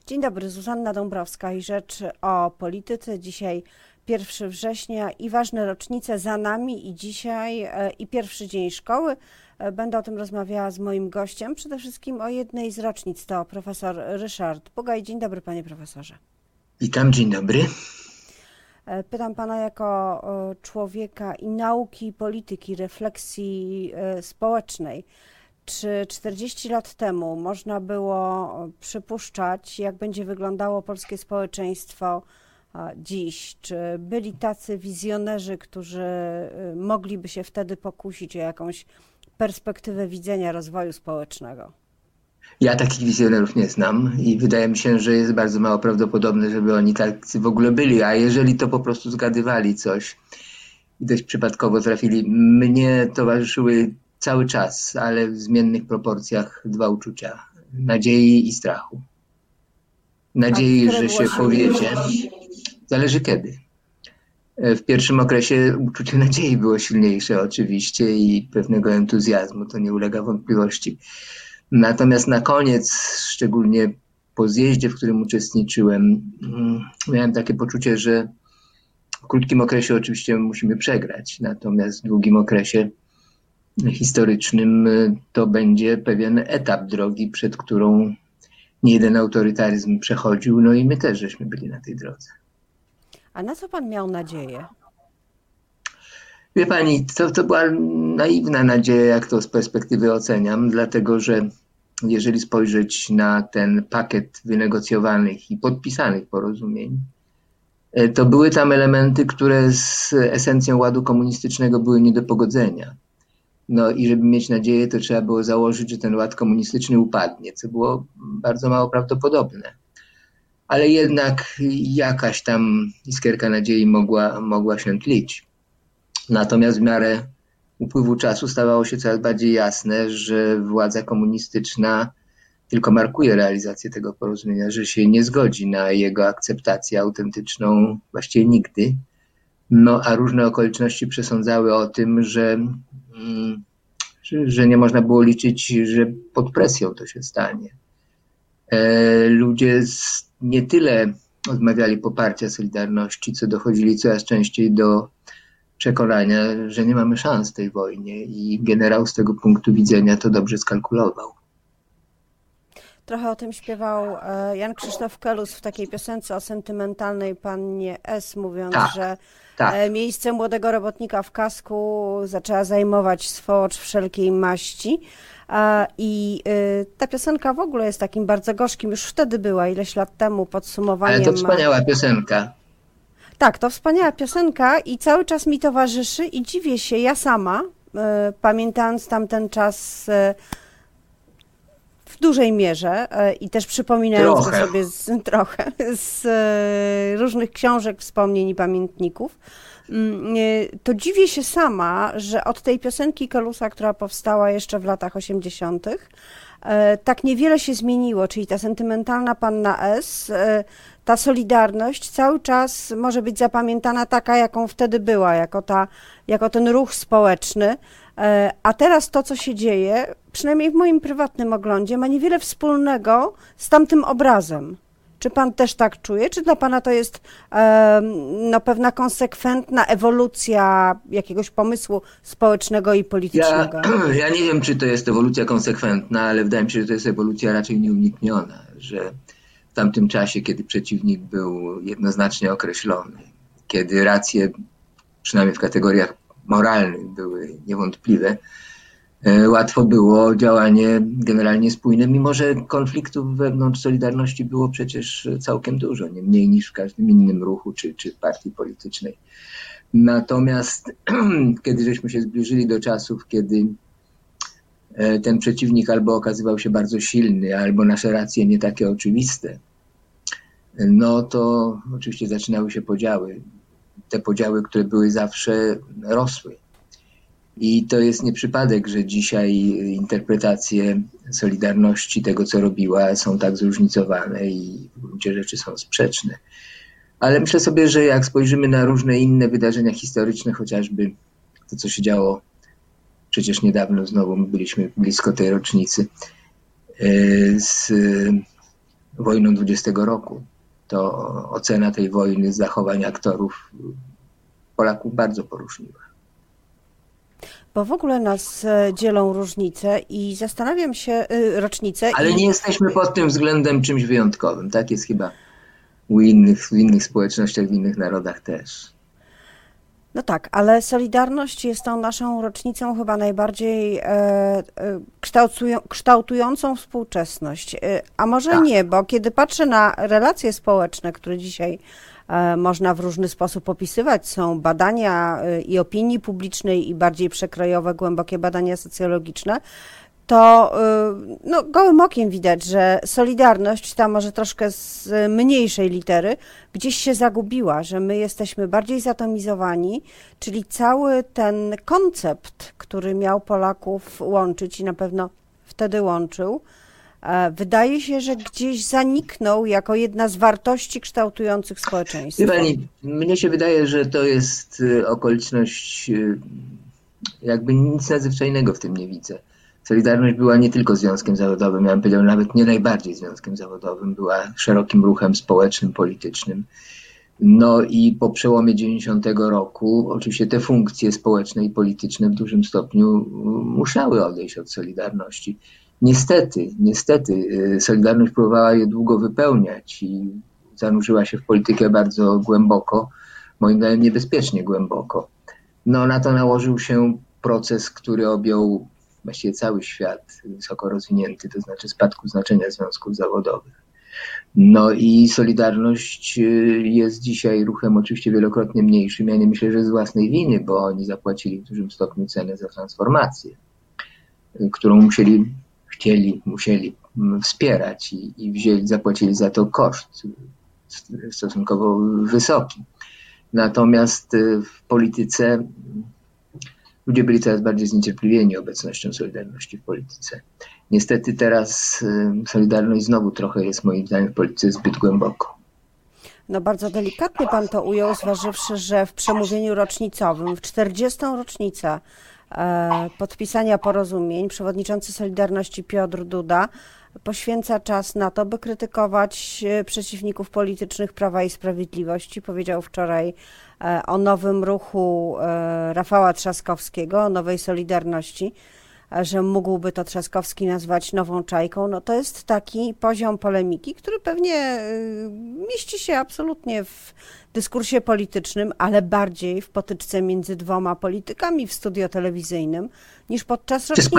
Dzień dobry, Zuzanna Dąbrowska i Rzecz o Polityce. Dzisiaj 1 września i ważne rocznice za nami i dzisiaj i pierwszy dzień szkoły. Będę o tym rozmawiała z moim gościem, przede wszystkim o jednej z rocznic, to profesor Ryszard Bugaj. Dzień dobry, panie profesorze. Witam, dzień dobry. Pytam pana jako człowieka i nauki, polityki, refleksji społecznej. Czy 40 lat temu można było przypuszczać, jak będzie wyglądało polskie społeczeństwo dziś? Czy byli tacy wizjonerzy, którzy mogliby się wtedy pokusić o jakąś perspektywę widzenia rozwoju społecznego? Ja takich wizjonerów nie znam i wydaje mi się, że jest bardzo mało prawdopodobne, żeby oni tacy w ogóle byli, a jeżeli to po prostu zgadywali coś i dość przypadkowo trafili. Mnie towarzyszyły cały czas, ale w zmiennych proporcjach dwa uczucia: nadziei i strachu. Nadziei, że się powiedzie, zależy kiedy. W pierwszym okresie uczucie nadziei było silniejsze oczywiście i pewnego entuzjazmu, to nie ulega wątpliwości. Natomiast na koniec, szczególnie po zjeździe, w którym uczestniczyłem, miałem takie poczucie, że w krótkim okresie oczywiście musimy przegrać, natomiast w długim okresie historycznym to będzie pewien etap drogi, przed którą niejeden autorytaryzm przechodził, no i my też żeśmy byli na tej drodze. A na co pan miał nadzieję? Wie pani, to była naiwna nadzieja, jak to z perspektywy oceniam, dlatego że jeżeli spojrzeć na ten pakiet wynegocjowanych i podpisanych porozumień, to były tam elementy, które z esencją ładu komunistycznego były nie do pogodzenia. No i żeby mieć nadzieję, to trzeba było założyć, że ten ład komunistyczny upadnie, co było bardzo mało prawdopodobne. Ale jednak jakaś tam iskierka nadziei mogła się tlić. Natomiast w miarę upływu czasu stawało się coraz bardziej jasne, że władza komunistyczna tylko markuje realizację tego porozumienia, że się nie zgodzi na jego akceptację autentyczną właściwie nigdy. No a różne okoliczności przesądzały o tym, że nie można było liczyć, że pod presją to się stanie. Ludzie nie tyle odmawiali poparcia Solidarności, co dochodzili coraz częściej do przekonania, że nie mamy szans w tej wojnie i generał z tego punktu widzenia to dobrze skalkulował. Trochę o tym śpiewał Jan Krzysztof Kelus w takiej piosence o sentymentalnej pannie S, mówiąc, że miejsce młodego robotnika w kasku zaczęła zajmować swołocz wszelkiej maści. I ta piosenka w ogóle jest takim bardzo gorzkim, już wtedy była, ileś lat temu, podsumowaniem. Ale to wspaniała piosenka. Tak, to wspaniała piosenka i cały czas mi towarzyszy i dziwię się, ja sama, pamiętając tamten czas w dużej mierze i też przypominając go sobie trochę z różnych książek, wspomnień i pamiętników, to dziwię się sama, że od tej piosenki Kelusa, która powstała jeszcze w latach 80., tak niewiele się zmieniło, czyli ta sentymentalna panna S, ta solidarność cały czas może być zapamiętana taka, jaką wtedy była, jako ten ruch społeczny, a teraz to, co się dzieje, przynajmniej w moim prywatnym oglądzie, ma niewiele wspólnego z tamtym obrazem. Czy pan też tak czuje? Czy dla pana to jest pewna konsekwentna ewolucja jakiegoś pomysłu społecznego i politycznego? Ja nie wiem, czy to jest ewolucja konsekwentna, ale wydaje mi się, że to jest ewolucja raczej nieunikniona, że w tamtym czasie, kiedy przeciwnik był jednoznacznie określony, kiedy racje, przynajmniej w kategoriach moralnych, były niewątpliwe, łatwo było działanie generalnie spójne, mimo że konfliktów wewnątrz Solidarności było przecież całkiem dużo, nie mniej niż w każdym innym ruchu czy partii politycznej. Natomiast kiedy żeśmy się zbliżyli do czasów, kiedy ten przeciwnik albo okazywał się bardzo silny, albo nasze racje nie takie oczywiste, no to oczywiście zaczynały się podziały. Te podziały, które były zawsze, rosły. I to jest nie przypadek, że dzisiaj interpretacje Solidarności, tego co robiła, są tak zróżnicowane i w gruncie rzeczy są sprzeczne. Ale myślę sobie, że jak spojrzymy na różne inne wydarzenia historyczne, chociażby to, co się działo przecież niedawno, znowu byliśmy blisko tej rocznicy, z wojną 20 roku, to ocena tej wojny z zachowań aktorów Polaków bardzo poruszyła. Bo w ogóle nas dzielą różnice i zastanawiam się, rocznice. Ale nie jesteśmy pod tym względem czymś wyjątkowym. Tak jest chyba w innych społecznościach, w innych narodach też. No tak, ale Solidarność jest tą naszą rocznicą chyba najbardziej kształtującą współczesność. A może tak. Nie, bo kiedy patrzę na relacje społeczne, które dzisiaj można w różny sposób opisywać, są badania i opinii publicznej i bardziej przekrojowe, głębokie badania socjologiczne, to no, gołym okiem widać, że Solidarność, ta może troszkę z mniejszej litery, gdzieś się zagubiła, że my jesteśmy bardziej zatomizowani, czyli cały ten koncept, który miał Polaków łączyć i na pewno wtedy łączył, wydaje się, że gdzieś zaniknął jako jedna z wartości kształtujących społeczeństwo. Pani, mnie się wydaje, że to jest okoliczność, jakby nic nadzwyczajnego w tym nie widzę. Solidarność była nie tylko związkiem zawodowym, ja bym powiedział nawet nie najbardziej związkiem zawodowym, była szerokim ruchem społecznym, politycznym. No i po przełomie 90 roku oczywiście te funkcje społeczne i polityczne w dużym stopniu musiały odejść od Solidarności. Niestety Solidarność próbowała je długo wypełniać i zanurzyła się w politykę bardzo głęboko, moim zdaniem niebezpiecznie głęboko. No na to nałożył się proces, który objął właściwie cały świat wysoko rozwinięty, to znaczy spadku znaczenia związków zawodowych. No i Solidarność jest dzisiaj ruchem oczywiście wielokrotnie mniejszym. Ja nie myślę, że z własnej winy, bo oni zapłacili w dużym stopniu cenę za transformację, którą musieli wspierać i zapłacili za to koszt stosunkowo wysoki. Natomiast w polityce ludzie byli coraz bardziej zniecierpliwieni obecnością Solidarności w polityce. Niestety teraz Solidarność znowu trochę jest moim zdaniem w polityce zbyt głęboko. No bardzo delikatnie pan to ujął, zważywszy, że w przemówieniu rocznicowym, w 40. rocznicę podpisania porozumień, przewodniczący Solidarności Piotr Duda poświęca czas na to, by krytykować przeciwników politycznych Prawa i Sprawiedliwości. Powiedział wczoraj o nowym ruchu Rafała Trzaskowskiego, o nowej Solidarności, że mógłby to Trzaskowski nazwać nową czajką. No to jest taki poziom polemiki, który pewnie mieści się absolutnie w dyskursie politycznym, ale bardziej w potyczce między dwoma politykami w studio telewizyjnym niż podczas rocznicy.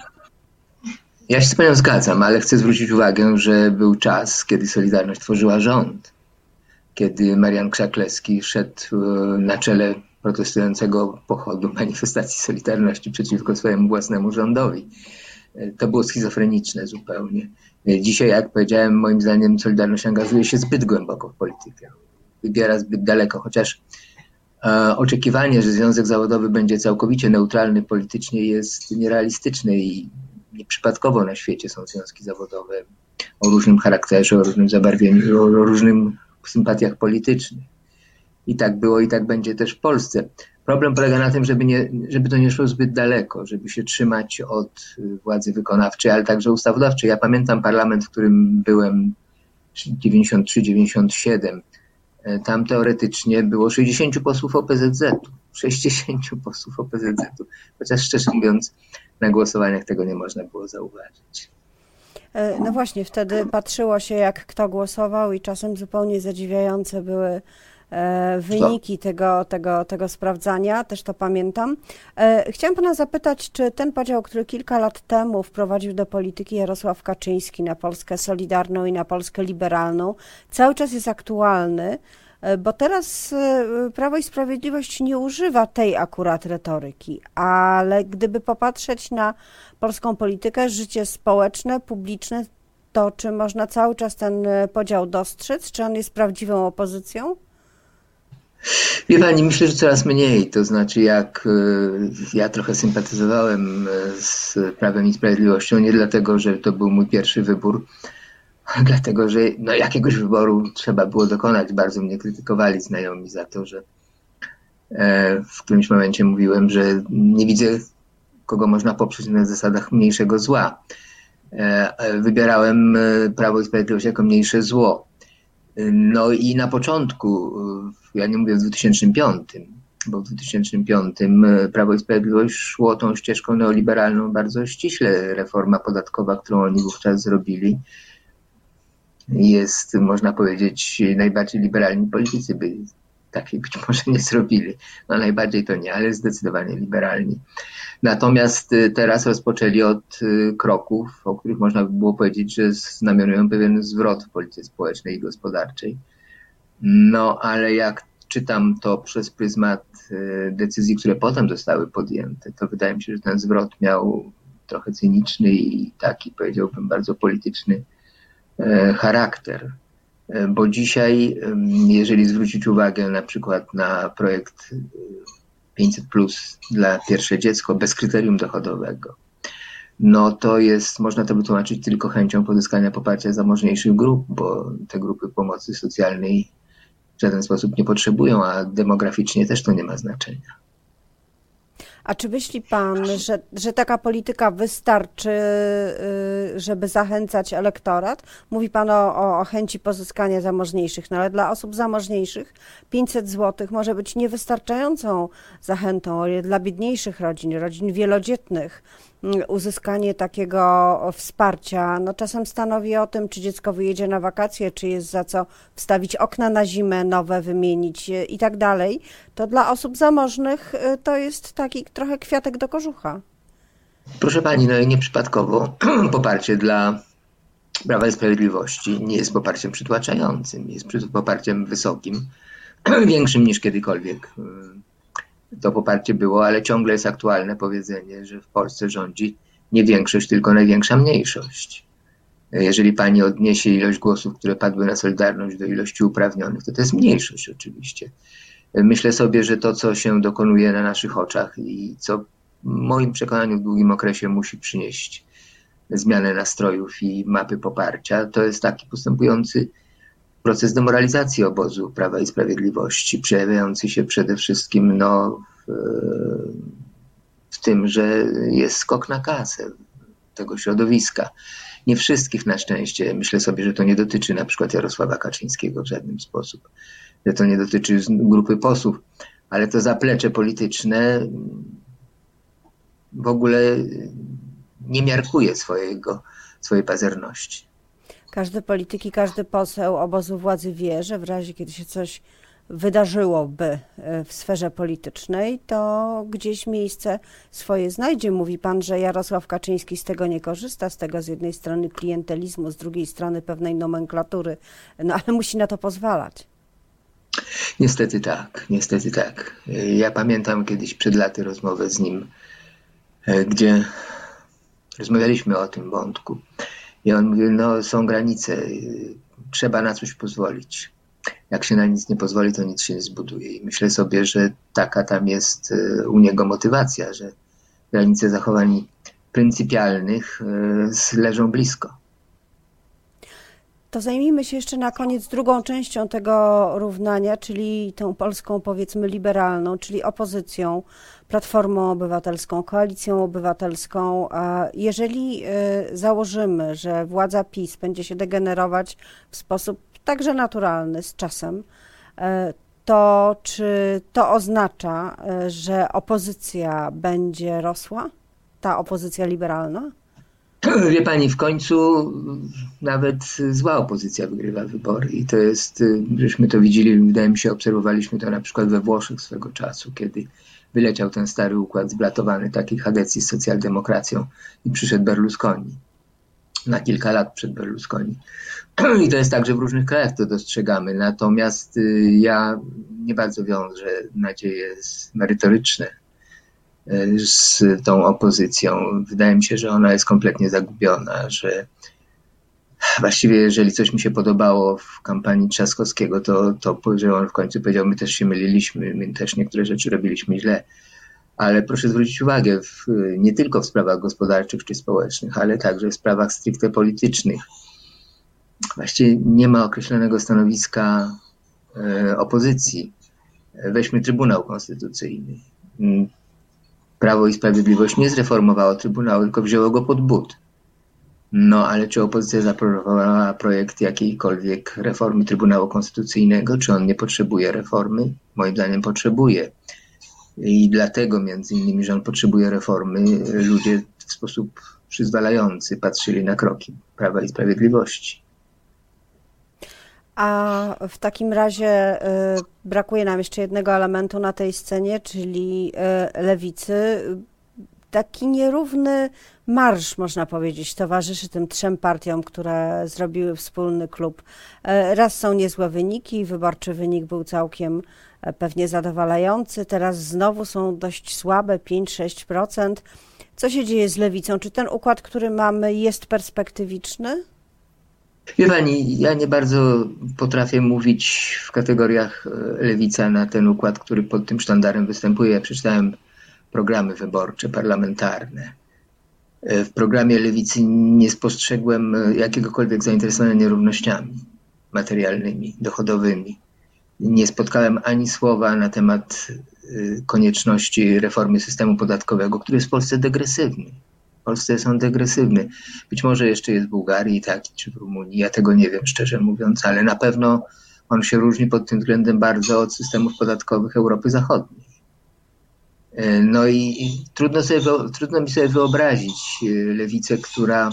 Ja się z panią zgadzam, ale chcę zwrócić uwagę, że był czas, kiedy Solidarność tworzyła rząd, kiedy Marian Krzaklewski szedł na czele protestującego pochodu manifestacji Solidarności przeciwko swojemu własnemu rządowi. To było schizofreniczne zupełnie. Dzisiaj, jak powiedziałem, moim zdaniem Solidarność angażuje się zbyt głęboko w politykę. Wybiera zbyt daleko, chociaż oczekiwanie, że związek zawodowy będzie całkowicie neutralny politycznie jest nierealistyczne i nieprzypadkowo na świecie są związki zawodowe o różnym charakterze, o różnym zabarwieniu, o różnym sympatiach politycznych. I tak było i tak będzie też w Polsce. Problem polega na tym, żeby to nie szło zbyt daleko, żeby się trzymać od władzy wykonawczej, ale także ustawodawczej. Ja pamiętam parlament, w którym byłem 93-97. Tam teoretycznie było 60 posłów OPZZ-u. 60 posłów OPZZ-u. Chociaż szczerze mówiąc, na głosowaniach tego nie można było zauważyć. No właśnie, wtedy patrzyło się, jak kto głosował i czasem zupełnie zadziwiające były wyniki tego sprawdzania, też to pamiętam. Chciałam pana zapytać, czy ten podział, który kilka lat temu wprowadził do polityki Jarosław Kaczyński na Polskę solidarną i na Polskę liberalną, cały czas jest aktualny, bo teraz Prawo i Sprawiedliwość nie używa tej akurat retoryki, ale gdyby popatrzeć na polską politykę, życie społeczne, publiczne, to czy można cały czas ten podział dostrzec? Czy on jest prawdziwą opozycją? Wie pani, myślę, że coraz mniej. To znaczy, jak ja trochę sympatyzowałem z Prawem i Sprawiedliwością, nie dlatego, że to był mój pierwszy wybór, ale dlatego, że jakiegoś wyboru trzeba było dokonać. Bardzo mnie krytykowali znajomi za to, że w którymś momencie mówiłem, że nie widzę, kogo można poprzeć na zasadach mniejszego zła. Wybierałem Prawo i Sprawiedliwość jako mniejsze zło. No i na początku, ja nie mówię w 2005, bo w 2005 Prawo i Sprawiedliwość szło tą ścieżką neoliberalną bardzo ściśle. Reforma podatkowa, którą oni wówczas zrobili, jest, można powiedzieć, najbardziej liberalni politycy by takiej być może nie zrobili. No najbardziej to nie, ale zdecydowanie liberalni. Natomiast teraz rozpoczęli od kroków, o których można by było powiedzieć, że znamionują pewien zwrot w polityce społecznej i gospodarczej. No ale jak czytam to przez pryzmat decyzji, które potem zostały podjęte, to wydaje mi się, że ten zwrot miał trochę cyniczny i taki, powiedziałbym, bardzo polityczny charakter. Bo dzisiaj, jeżeli zwrócić uwagę na przykład na projekt 500+ dla pierwsze dziecko bez kryterium dochodowego, no to jest, można to wytłumaczyć tylko chęcią pozyskania poparcia zamożniejszych grup, bo te grupy pomocy socjalnej w żaden sposób nie potrzebują, a demograficznie też to nie ma znaczenia. A czy myśli pan, że taka polityka wystarczy, żeby zachęcać elektorat? Mówi pan o chęci pozyskania zamożniejszych, no ale dla osób zamożniejszych 500 zł może być niewystarczającą zachętą, ale dla biedniejszych rodzin wielodzietnych, uzyskanie takiego wsparcia, no czasem stanowi o tym, czy dziecko wyjedzie na wakacje, czy jest za co wstawić okna na zimę, nowe wymienić i tak dalej. To dla osób zamożnych to jest taki trochę kwiatek do kożucha. Proszę pani, no i nieprzypadkowo poparcie dla Prawa i Sprawiedliwości nie jest poparciem przytłaczającym, jest poparciem wysokim, większym niż kiedykolwiek to poparcie było, ale ciągle jest aktualne powiedzenie, że w Polsce rządzi nie większość, tylko największa mniejszość. Jeżeli pani odniesie ilość głosów, które padły na Solidarność do ilości uprawnionych, to jest mniejszość oczywiście. Myślę sobie, że to, co się dokonuje na naszych oczach i co w moim przekonaniu w długim okresie musi przynieść zmianę nastrojów i mapy poparcia, to jest taki postępujący proces demoralizacji obozu Prawa i Sprawiedliwości, przejawiający się przede wszystkim w tym, że jest skok na kasę tego środowiska. Nie wszystkich na szczęście. Myślę sobie, że to nie dotyczy na przykład Jarosława Kaczyńskiego w żaden sposób, że to nie dotyczy grupy posłów, ale to zaplecze polityczne w ogóle nie miarkuje swojej pazerności. Każdy polityk i każdy poseł obozu władzy wie, że w razie, kiedy się coś wydarzyłoby w sferze politycznej, to gdzieś miejsce swoje znajdzie. Mówi pan, że Jarosław Kaczyński z tego nie korzysta, z tego z jednej strony klientelizmu, z drugiej strony pewnej nomenklatury, no ale musi na to pozwalać. Niestety tak, niestety tak. Ja pamiętam kiedyś przed laty rozmowę z nim, gdzie rozmawialiśmy o tym wątku. I on mówił, no są granice, trzeba na coś pozwolić. Jak się na nic nie pozwoli, to nic się nie zbuduje. I myślę sobie, że taka tam jest u niego motywacja, że granice zachowań pryncypialnych leżą blisko. To zajmijmy się jeszcze na koniec drugą częścią tego równania, czyli tą polską, powiedzmy, liberalną, czyli opozycją, Platformą Obywatelską, Koalicją Obywatelską. Jeżeli założymy, że władza PiS będzie się degenerować w sposób także naturalny z czasem, to czy to oznacza, że opozycja będzie rosła? Ta opozycja liberalna? Wie pani, w końcu nawet zła opozycja wygrywa wybory i to jest, żeśmy to widzieli, wydaje mi się, obserwowaliśmy to na przykład we Włoszech swego czasu, kiedy wyleciał ten stary układ zblatowany takiej Hadecji z socjaldemokracją i przyszedł Berlusconi. Na kilka lat przed Berlusconi. I to jest tak, że w różnych krajach to dostrzegamy. Natomiast ja nie bardzo wiążę nadzieje merytoryczne z tą opozycją. Wydaje mi się, że ona jest kompletnie zagubiona, że właściwie jeżeli coś mi się podobało w kampanii Trzaskowskiego, to że on w końcu powiedział, my też się myliliśmy, my też niektóre rzeczy robiliśmy źle. Ale proszę zwrócić uwagę, nie tylko w sprawach gospodarczych czy społecznych, ale także w sprawach stricte politycznych. Właściwie nie ma określonego stanowiska opozycji. Weźmy Trybunał Konstytucyjny. Prawo i Sprawiedliwość nie zreformowało Trybunału, tylko wzięło go pod but. No, ale czy opozycja zaproponowała projekt jakiejkolwiek reformy Trybunału Konstytucyjnego? Czy on nie potrzebuje reformy? Moim zdaniem potrzebuje. I dlatego między innymi, że on potrzebuje reformy, ludzie w sposób przyzwalający patrzyli na kroki Prawa i Sprawiedliwości. A w takim razie brakuje nam jeszcze jednego elementu na tej scenie, czyli lewicy. Taki nierówny marsz, można powiedzieć, towarzyszy tym 3 partiom, które zrobiły wspólny klub. Raz są niezłe wyniki, wyborczy wynik był całkiem pewnie zadowalający, teraz znowu są dość słabe, 5-6%. Co się dzieje z lewicą? Czy ten układ, który mamy, jest perspektywiczny? Wie pani, ja nie bardzo potrafię mówić w kategoriach lewica na ten układ, który pod tym sztandarem występuje. Ja przeczytałem programy wyborcze, parlamentarne. W programie lewicy nie spostrzegłem jakiegokolwiek zainteresowania nierównościami materialnymi, dochodowymi. Nie spotkałem ani słowa na temat konieczności reformy systemu podatkowego, który jest w Polsce degresywny. W Polsce jest on degresywny. Być może jeszcze jest w Bułgarii taki, czy w Rumunii. Ja tego nie wiem, szczerze mówiąc, ale na pewno on się różni pod tym względem bardzo od systemów podatkowych Europy Zachodniej. No i trudno mi sobie wyobrazić lewicę, która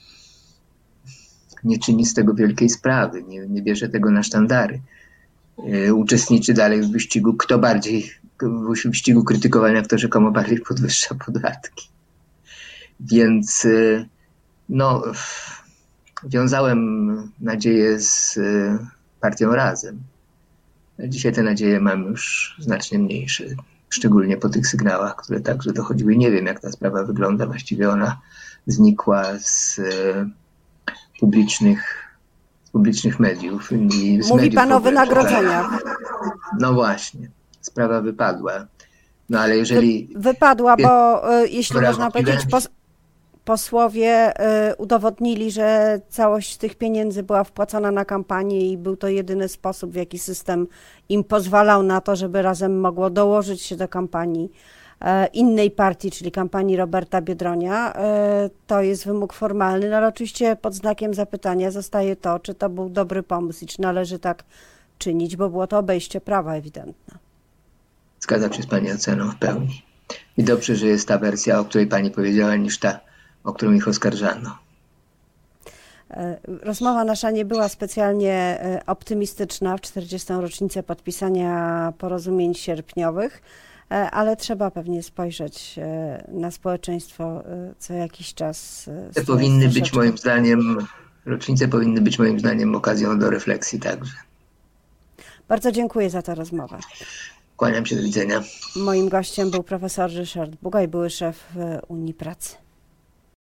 nie czyni z tego wielkiej sprawy, nie bierze tego na sztandary. Uczestniczy dalej w wyścigu, kto bardziej, w wyścigu krytykowania, kto rzekomo bardziej podwyższa podatki. Więc no, wiązałem nadzieję z partią Razem. Dzisiaj te nadzieje mam już znacznie mniejsze, szczególnie po tych sygnałach, które także dochodziły. Nie wiem, jak ta sprawa wygląda. Właściwie ona znikła z publicznych mediów. Mówi pan o wynagrodzeniach. No właśnie, sprawa wypadła. No ale jeżeli... Wypadła, bo jeśli można powiedzieć, posłowie udowodnili, że całość tych pieniędzy była wpłacona na kampanię i był to jedyny sposób, w jaki system im pozwalał na to, żeby Razem mogło dołożyć się do kampanii innej partii, czyli kampanii Roberta Biedronia. To jest wymóg formalny, no ale oczywiście pod znakiem zapytania zostaje to, czy to był dobry pomysł i czy należy tak czynić, bo było to obejście prawa ewidentne. Zgadzam się z pani oceną w pełni. I dobrze, że jest ta wersja, o której pani powiedziała, niż ta, o którą ich oskarżano. Rozmowa nasza nie była specjalnie optymistyczna w 40. rocznicę podpisania porozumień sierpniowych, ale trzeba pewnie spojrzeć na społeczeństwo co jakiś czas. Rocznice powinny być moim zdaniem okazją do refleksji także. Bardzo dziękuję za tę rozmowę. Kłaniam się, do widzenia. Moim gościem był profesor Ryszard Bugaj, były szef Unii Pracy.